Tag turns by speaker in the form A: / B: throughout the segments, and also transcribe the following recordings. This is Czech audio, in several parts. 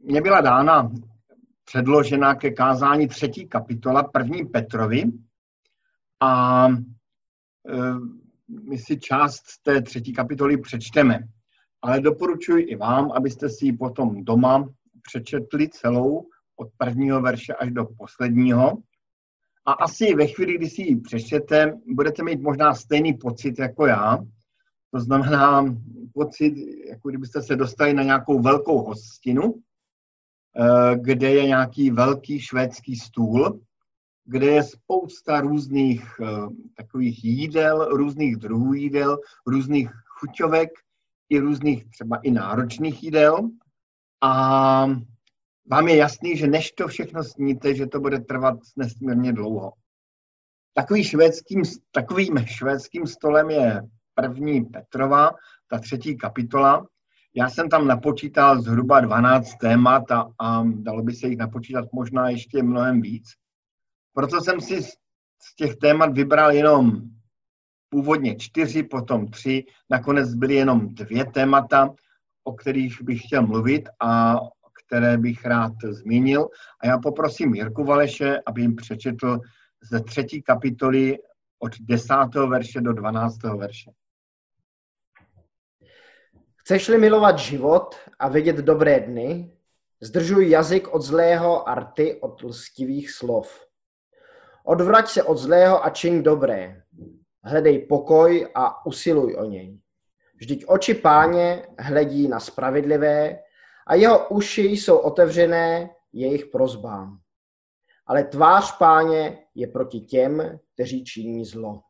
A: mně byla dána předložena ke kázání 3. kapitola 1. Petrovi a my si část té 3. kapitoly přečteme. Ale doporučuji i vám, abyste si ji potom doma přečetli celou od 1. verše až do posledního. A asi ve chvíli, kdy si ji přečtete, budete mít možná stejný pocit jako já. To znamená pocit, jako kdybyste se dostali na nějakou velkou hostinu, kde je nějaký velký švédský stůl, kde je spousta různých takových jídel, různých druhů jídel, různých chuťovek i různých třeba i náročných jídel. A vám je jasný, že než to všechno sníte, že to bude trvat nesmírně dlouho. Takovým švédským stolem je 1. Petrova, ta 3. kapitola. Já jsem tam napočítal zhruba 12 témat a dalo by se jich napočítat možná ještě mnohem víc. Proto jsem si z těch témat vybral jenom původně 4, potom 3, nakonec byly jenom 2 témata, o kterých bych chtěl mluvit a které bych rád zmínil. A já poprosím Jirku Valeše, aby jim přečetl ze 3. kapitoly od 10. verše do 12. verše.
B: Chceš-li milovat život a vidět dobré dny, zdržuj jazyk od zlého a rty od lstivých slov. Odvrať se od zlého a čiň dobré. Hledej pokoj a usiluj o něj. Vždyť oči Páně hledí na spravedlivé a jeho uši jsou otevřené jejich prosbám. Ale tvář Páně je proti těm, kteří činí zlo.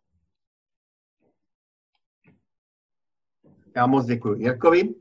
A: Já moc děkuji Jirkovi.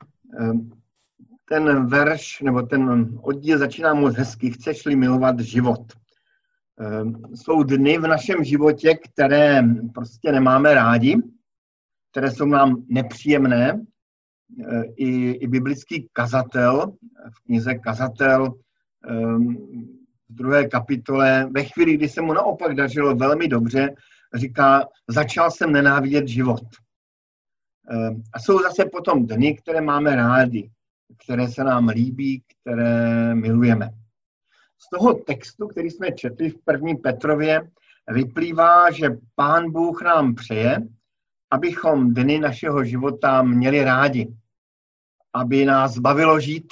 A: Ten verš, nebo ten oddíl začíná moc hezky. Chceš-li milovat život. Jsou dny v našem životě, které prostě nemáme rádi, které jsou nám nepříjemné. I biblický kazatel, v knize Kazatel v 2. kapitole, ve chvíli, kdy se mu naopak dařilo velmi dobře, říká, začal jsem nenávidět život. A jsou zase potom dny, které máme rádi, které se nám líbí, které milujeme. Z toho textu, který jsme četli v 1. Petrově, vyplývá, že Pán Bůh nám přeje, abychom dny našeho života měli rádi, aby nás bavilo žít.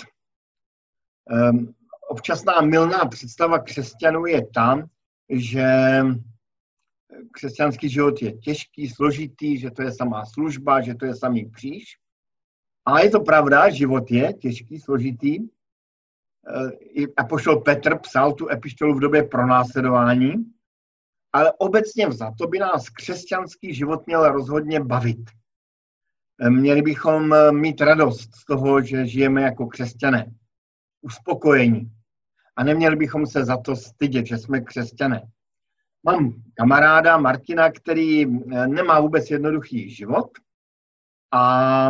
A: Občasná mylná představa křesťanů je ta, že křesťanský život je těžký, složitý, že to je samá služba, že to je samý kříž. A je to pravda, život je těžký, složitý. Apoštol Petr psal tu epištolu v době pronásledování, ale obecně vzato by nás křesťanský život měl rozhodně bavit. Měli bychom mít radost z toho, že žijeme jako křesťané, uspokojení. A neměli bychom se za to stydět, že jsme křesťané. Mám kamaráda Martina, který nemá vůbec jednoduchý život a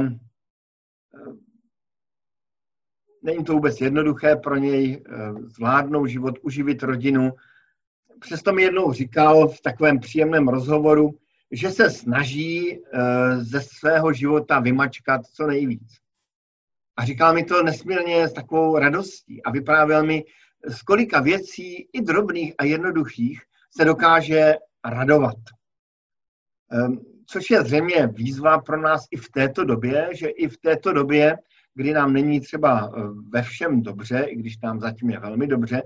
A: není to vůbec jednoduché pro něj zvládnout život, uživit rodinu. Přesto mi jednou říkal v takovém příjemném rozhovoru, že se snaží ze svého života vymačkat co nejvíc. A říkal mi to nesmírně s takovou radostí a vyprávěl mi, z kolika věcí i drobných a jednoduchých se dokáže radovat. Což je zřejmě výzva pro nás i v této době, že i v této době, kdy nám není třeba ve všem dobře, i když nám zatím je velmi dobře,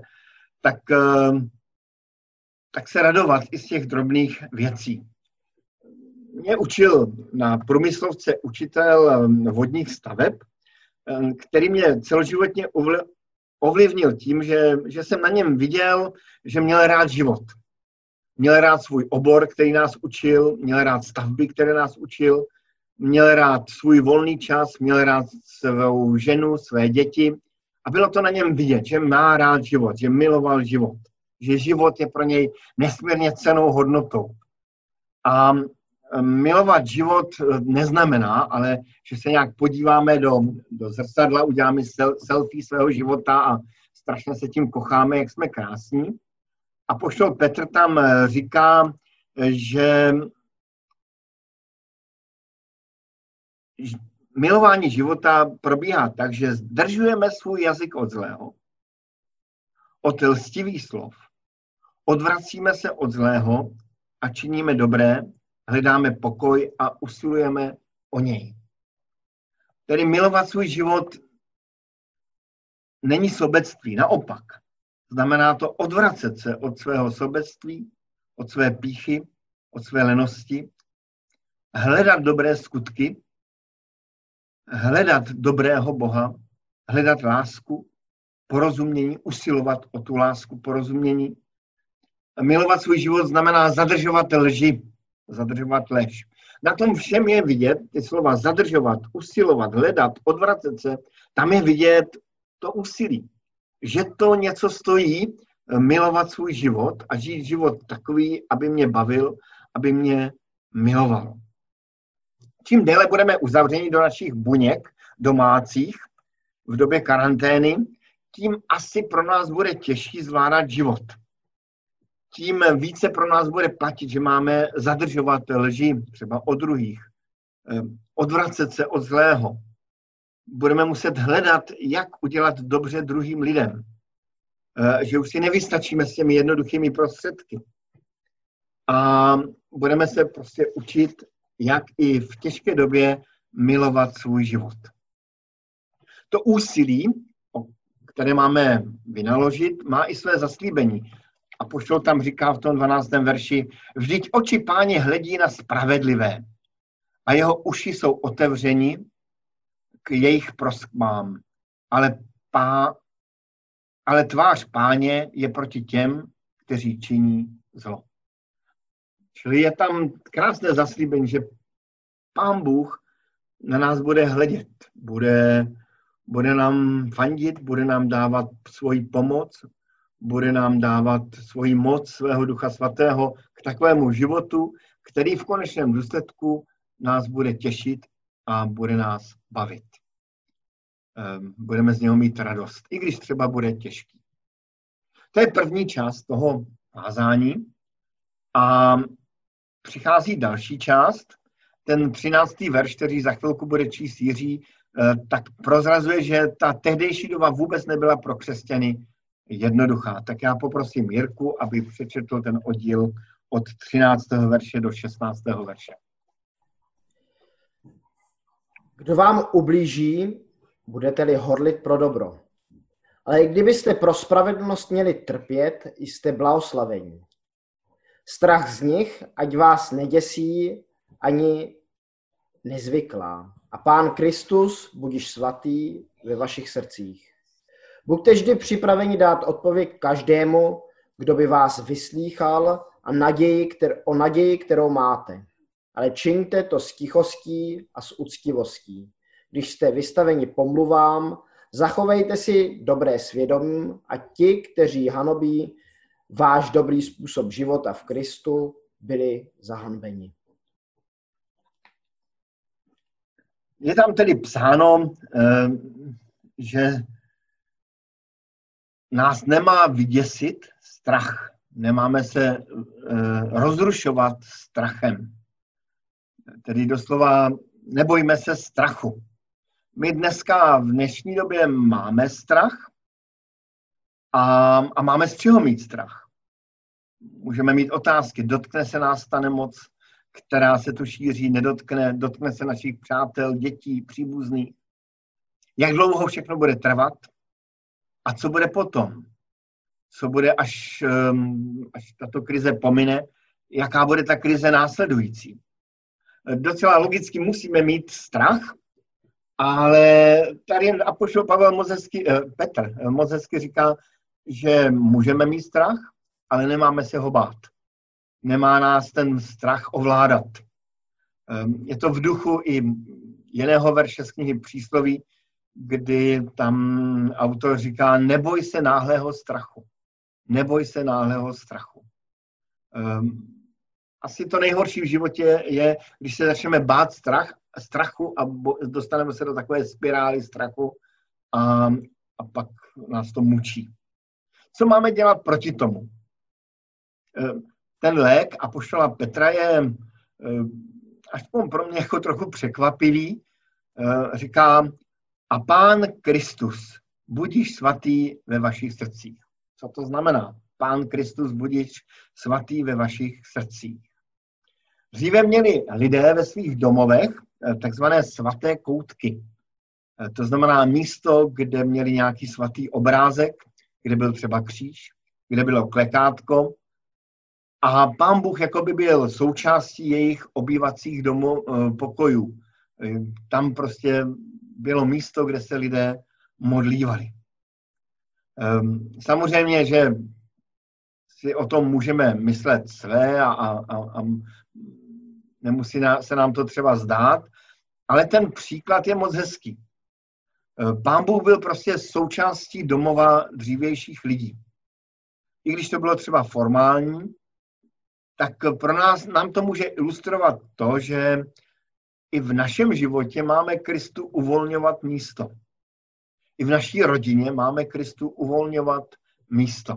A: tak se radovat i z těch drobných věcí. Mě učil na průmyslovce učitel vodních staveb, který mě celoživotně ovlivnil tím, že jsem na něm viděl, že měl rád život. Měl rád svůj obor, který nás učil, měl rád stavby, které nás učil, měl rád svůj volný čas, měl rád svou ženu, své děti a bylo to na něm vidět, že má rád život, že miloval život, že život je pro něj nesmírně cennou hodnotou. A milovat život neznamená, ale že se nějak podíváme do zrcadla, uděláme selfie svého života a strašně se tím kocháme, jak jsme krásní. A apoštol Petr tam říká, že milování života probíhá tak, že zdržujeme svůj jazyk od zlého, od lstivých slov, odvracíme se od zlého a činíme dobré, hledáme pokoj a usilujeme o něj. Tedy milovat svůj život není sobectví, naopak. Znamená to odvracet se od svého sobectví, od své pýchy, od své lenosti, hledat dobré skutky, hledat dobrého Boha, hledat lásku, porozumění, usilovat o tu lásku, porozumění. Milovat svůj život znamená zadržovat lži, zadržovat lež. Na tom všem je vidět, ty slova zadržovat, usilovat, hledat, odvracet se, tam je vidět to úsilí. Že to něco stojí, milovat svůj život a žít život takový, aby mě bavil, aby mě miloval. Čím déle budeme uzavřeni do našich buněk domácích v době karantény, tím asi pro nás bude těžší zvládat život. Tím více pro nás bude platit, že máme zadržovat lži třeba od druhých, odvracet se od zlého. Budeme muset hledat, jak udělat dobře druhým lidem. Že už si nevystačíme s těmi jednoduchými prostředky. A budeme se prostě učit, jak i v těžké době milovat svůj život. To úsilí, které máme vynaložit, má i své zaslíbení. Apoštol tam říká v tom 12. verši, vždyť oči Páně hledí na spravedlivé a jeho uši jsou otevřeni k jejich proskmám. Ale tvář Páně je proti těm, kteří činí zlo. Čili je tam krásné zaslíbení, že Pán Bůh na nás bude hledět, bude nám fandit, bude nám dávat svoji pomoc, bude nám dávat svoji moc svého Ducha Svatého k takovému životu, který v konečném důsledku nás bude těšit a bude nás bavit. Budeme z něho mít radost, i když třeba bude těžký. To je první část toho kázání a přichází další část. Ten 13. verš, který za chvilku bude číst Jiří, tak prozrazuje, že ta tehdejší doba vůbec nebyla pro křesťany jednoduchá. Tak já poprosím Jirku, aby přečetl ten oddíl od 13. verše do 16. verše.
B: Kdo vám ublíží, budete-li horlit pro dobro. Ale kdybyste pro spravedlnost měli trpět, jste blahoslavení. Strach z nich, ať vás neděsí ani nezvyklá. A Pán Kristus, budiž svatý ve vašich srdcích. Buďte vždy připraveni dát odpověď každému, kdo by vás vyslýchal o naději, kterou máte. Ale čiňte to s tichostí a s úctivostí. Když jste vystaveni pomluvám, zachovejte si dobré svědomí a ti, kteří hanobí váš dobrý způsob života v Kristu, byli zahanbeni.
A: Je tam tedy psáno, že nás nemá vyděsit strach. Nemáme se rozrušovat strachem. Tedy doslova nebojme se strachu. My dneska v dnešní době máme strach a máme z čeho mít strach. Můžeme mít otázky. Dotkne se nás ta nemoc, která se tu šíří, dotkne se našich přátel, dětí, příbuzných. Jak dlouho všechno bude trvat? A co bude potom? Co bude, až tato krize pomine? Jaká bude ta krize následující? Docela logicky musíme mít strach, ale tady apoštol Petr Mozecky říká, že můžeme mít strach, ale nemáme se ho bát. Nemá nás ten strach ovládat. Je to v duchu i jiného verše z knihy Přísloví, kdy tam autor říká, neboj se náhlého strachu. Neboj se náhlého strachu. Asi to nejhorší v životě je, když se začneme bát strachu a dostaneme se do takové spirály strachu a pak nás to mučí. Co máme dělat proti tomu? Ten lék apoštola Petra je aspoň pro mě jako trochu překvapivý. říká, a Pán Kristus, budiš svatý ve vašich srdcích. Co to znamená? Pán Kristus, budiš svatý ve vašich srdcích. Dříve měli lidé ve svých domovech takzvané svaté koutky. To znamená místo, kde měli nějaký svatý obrázek, kde byl třeba kříž, kde bylo klekátko. A Pán Bůh jakoby byl součástí jejich obývacích pokojů. Tam prostě bylo místo, kde se lidé modlívali. Samozřejmě, že si o tom můžeme myslet své a nemusí se nám to třeba zdát, ale ten příklad je moc hezký. Pán Bůh byl prostě součástí domova dřívějších lidí. I když to bylo třeba formální, tak pro nám to může ilustrovat to, že i v našem životě máme Kristu uvolňovat místo. I v naší rodině máme Kristu uvolňovat místo.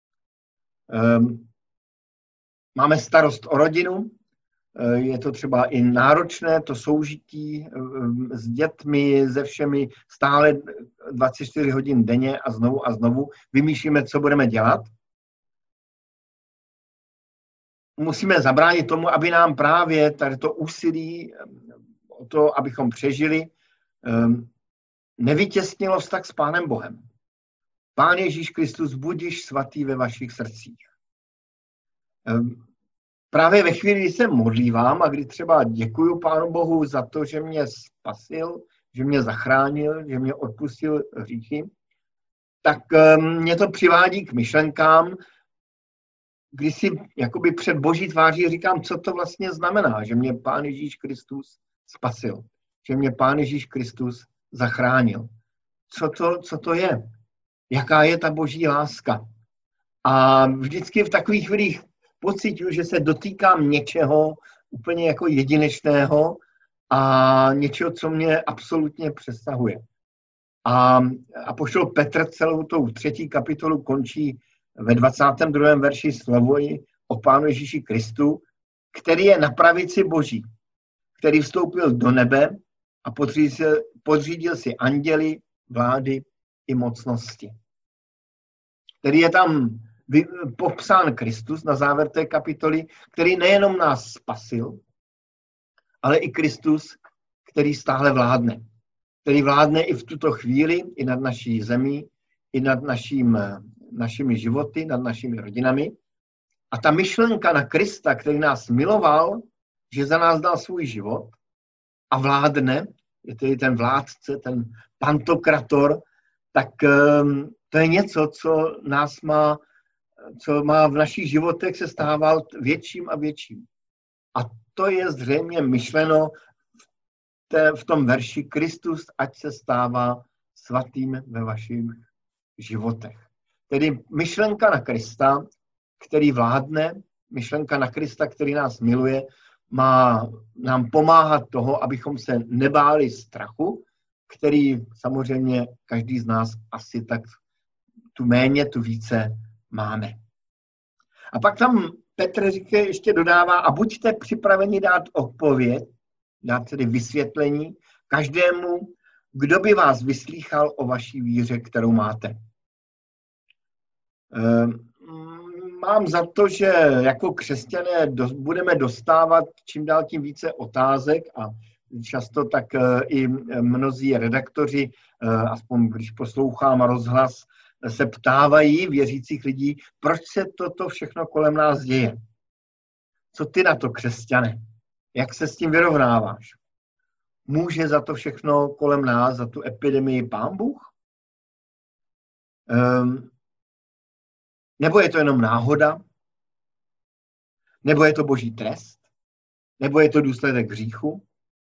A: Máme starost o rodinu, je to třeba i náročné, to soužití s dětmi, se všemi stále 24 hodin denně a znovu vymýšlíme, co budeme dělat. Musíme zabránit tomu, aby nám právě tady to úsilí o to, abychom přežili, nevytěsnilo vztah s Pánem Bohem. Pán Ježíš Kristus, budiš svatý ve vašich srdcích. Právě ve chvíli, kdy se modlívám a kdy třeba děkuju Pánu Bohu za to, že mě spasil, že mě zachránil, že mě odpustil hříchy, tak mě to přivádí k myšlenkám, kdy si jakoby před Boží tváří říkám, co to vlastně znamená, že mě Pán Ježíš Kristus spasil, že mě Pán Ježíš Kristus zachránil. Co to je? Jaká je ta Boží láska? A vždycky v takových chvílích pocituju, že se dotýkám něčeho úplně jako jedinečného a něčeho, co mě absolutně přesahuje. A apoštol Petr celou tou 3. kapitolu končí ve 22. verši slovy o Pánu Ježíši Kristu, který je na pravici Boží, který vstoupil do nebe a podřídil si anděli, vlády i mocnosti. Který je tam popsán Kristus na závěr té kapitoly, který nejenom nás spasil, ale i Kristus, který stále vládne. Který vládne i v tuto chvíli, i nad naší zemí, i nad našimi životy, nad našimi rodinami. A ta myšlenka na Krista, který nás miloval, že za nás dal svůj život a vládne, je tedy ten vládce, ten pantokrator, tak to je něco, co má v našich životech se stávat větším a větším. A to je zřejmě myšleno v tom verši Kristus, ať se stává svatým ve vašich životech. Tedy myšlenka na Krista, který vládne, myšlenka na Krista, který nás miluje, má nám pomáhat toho, abychom se nebáli strachu, který samozřejmě každý z nás asi tak tu méně, tu více máme. A pak tam Petr ještě dodává, a buďte připraveni dát odpověď, dát tedy vysvětlení každému, kdo by vás vyslýchal o vaší víře, kterou máte. Mám za to, že jako křesťané budeme dostávat čím dál tím více otázek a často tak i mnozí redaktoři, aspoň když poslouchám rozhlas, se ptávají věřících lidí, proč se toto všechno kolem nás děje. Co ty na to, křesťane? Jak se s tím vyrovnáváš? Může za to všechno kolem nás, za tu epidemii Pán Bůh? Nebo je to jenom náhoda? Nebo je to Boží trest? Nebo je to důsledek hříchu?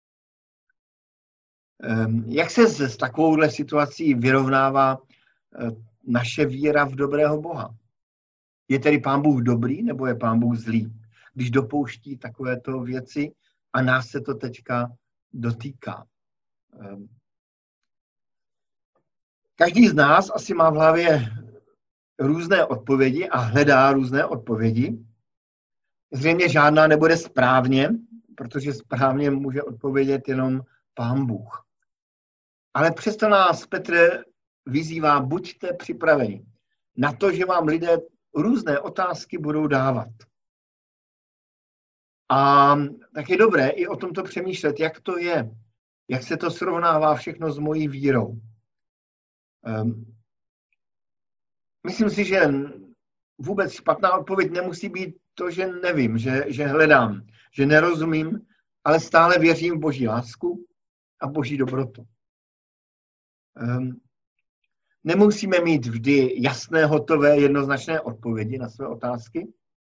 A: Jak se s takovouhle situací vyrovnává naše víra v dobrého Boha? Je tedy Pán Bůh dobrý, nebo je Pán Bůh zlý, když dopouští takovéto věci a nás se to teďka dotýká? Každý z nás asi má v hlavě různé odpovědi a hledá různé odpovědi. Zřejmě žádná nebude správně, protože správně může odpovědět jenom Pán Bůh. Ale přesto nás Petr vyzývá, buďte připraveni na to, že vám lidé různé otázky budou dávat. A tak je dobré i o tomto přemýšlet, jak to je, jak se to srovnává všechno s mojí vírou. Myslím si, že vůbec špatná odpověď nemusí být to, že nevím, že hledám, že nerozumím, ale stále věřím v Boží lásku a Boží dobrotu. Nemusíme mít vždy jasné, hotové, jednoznačné odpovědi na své otázky,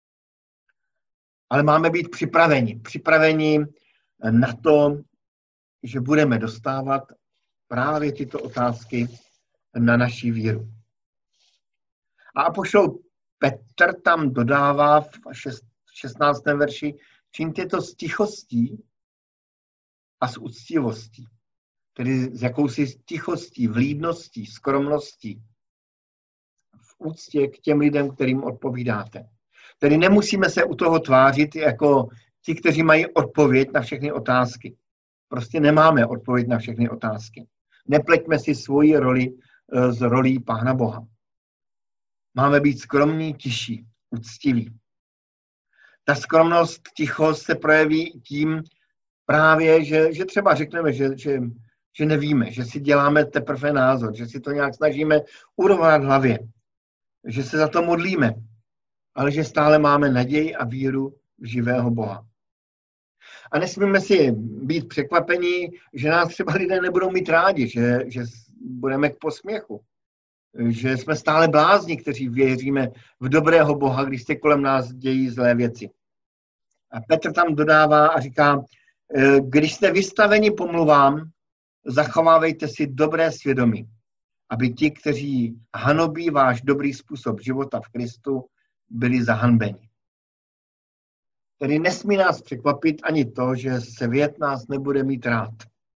A: ale máme být připraveni na to, že budeme dostávat právě tyto otázky na naši víru. A apoštol Petr tam dodává v 16. verši, čiňte to s tichostí a s úctivostí. Tedy s jakousi tichostí, vlídností, skromností, v úctě k těm lidem, kterým odpovídáte. Tedy nemusíme se u toho tvářit jako ti, kteří mají odpověď na všechny otázky. Prostě nemáme odpověď na všechny otázky. Nepleťme si svoji roli s rolí Pána Boha. Máme být skromní, tiší, úctiví. Ta skromnost, tichost se projeví tím právě, že třeba řekneme, že nevíme, že si děláme teprve názor, že si to nějak snažíme urovnat v hlavě, že se za to modlíme, ale že stále máme naději a víru v živého Boha. A nesmíme si být překvapení, že nás třeba lidé nebudou mít rádi, že budeme k posměchu, že jsme stále blázni, kteří věříme v dobrého Boha, když se kolem nás dějí zlé věci. A Petr tam dodává a říká, když jste vystaveni pomluvám, zachovávejte si dobré svědomí, aby ti, kteří hanobí váš dobrý způsob života v Kristu, byli zahanbeni. Tedy nesmí nás překvapit ani to, že svět nás nebude mít rád.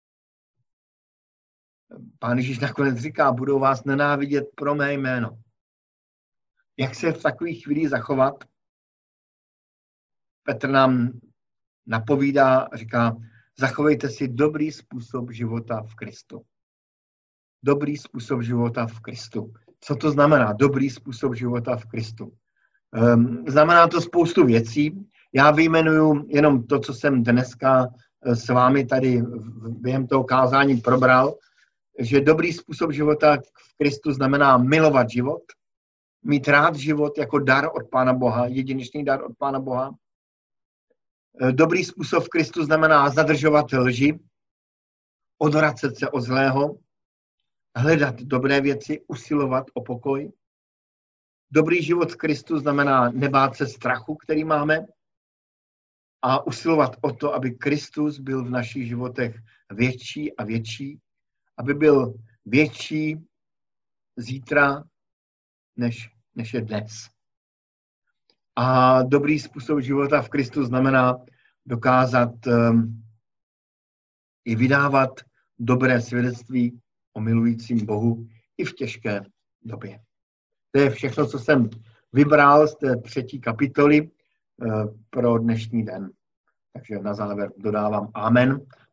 A: Pán Ježíš nakonec říká, budou vás nenávidět pro mé jméno. Jak se v takových chvílích zachovat? Petr nám napovídá a říká, zachovejte si dobrý způsob života v Kristu. Dobrý způsob života v Kristu. Co to znamená dobrý způsob života v Kristu? Znamená to spoustu věcí. Já vyjmenuju jenom to, co jsem dneska s vámi tady během toho kázání probral, že dobrý způsob života v Kristu znamená milovat život, mít rád život jako dar od Pána Boha, jedinečný dar od Pána Boha. Dobrý způsob v Kristu znamená zadržovat lži, odvracet se od zlého, hledat dobré věci, usilovat o pokoj. Dobrý život v Kristu znamená nebát se strachu, který máme, a usilovat o to, aby Kristus byl v našich životech větší a větší, aby byl větší zítra, než je dnes. A dobrý způsob života v Kristu znamená dokázat i vydávat dobré svědectví o milujícím Bohu i v těžké době. To je všechno, co jsem vybral z té 3. kapitoly pro dnešní den. Takže na závěr dodávám amen.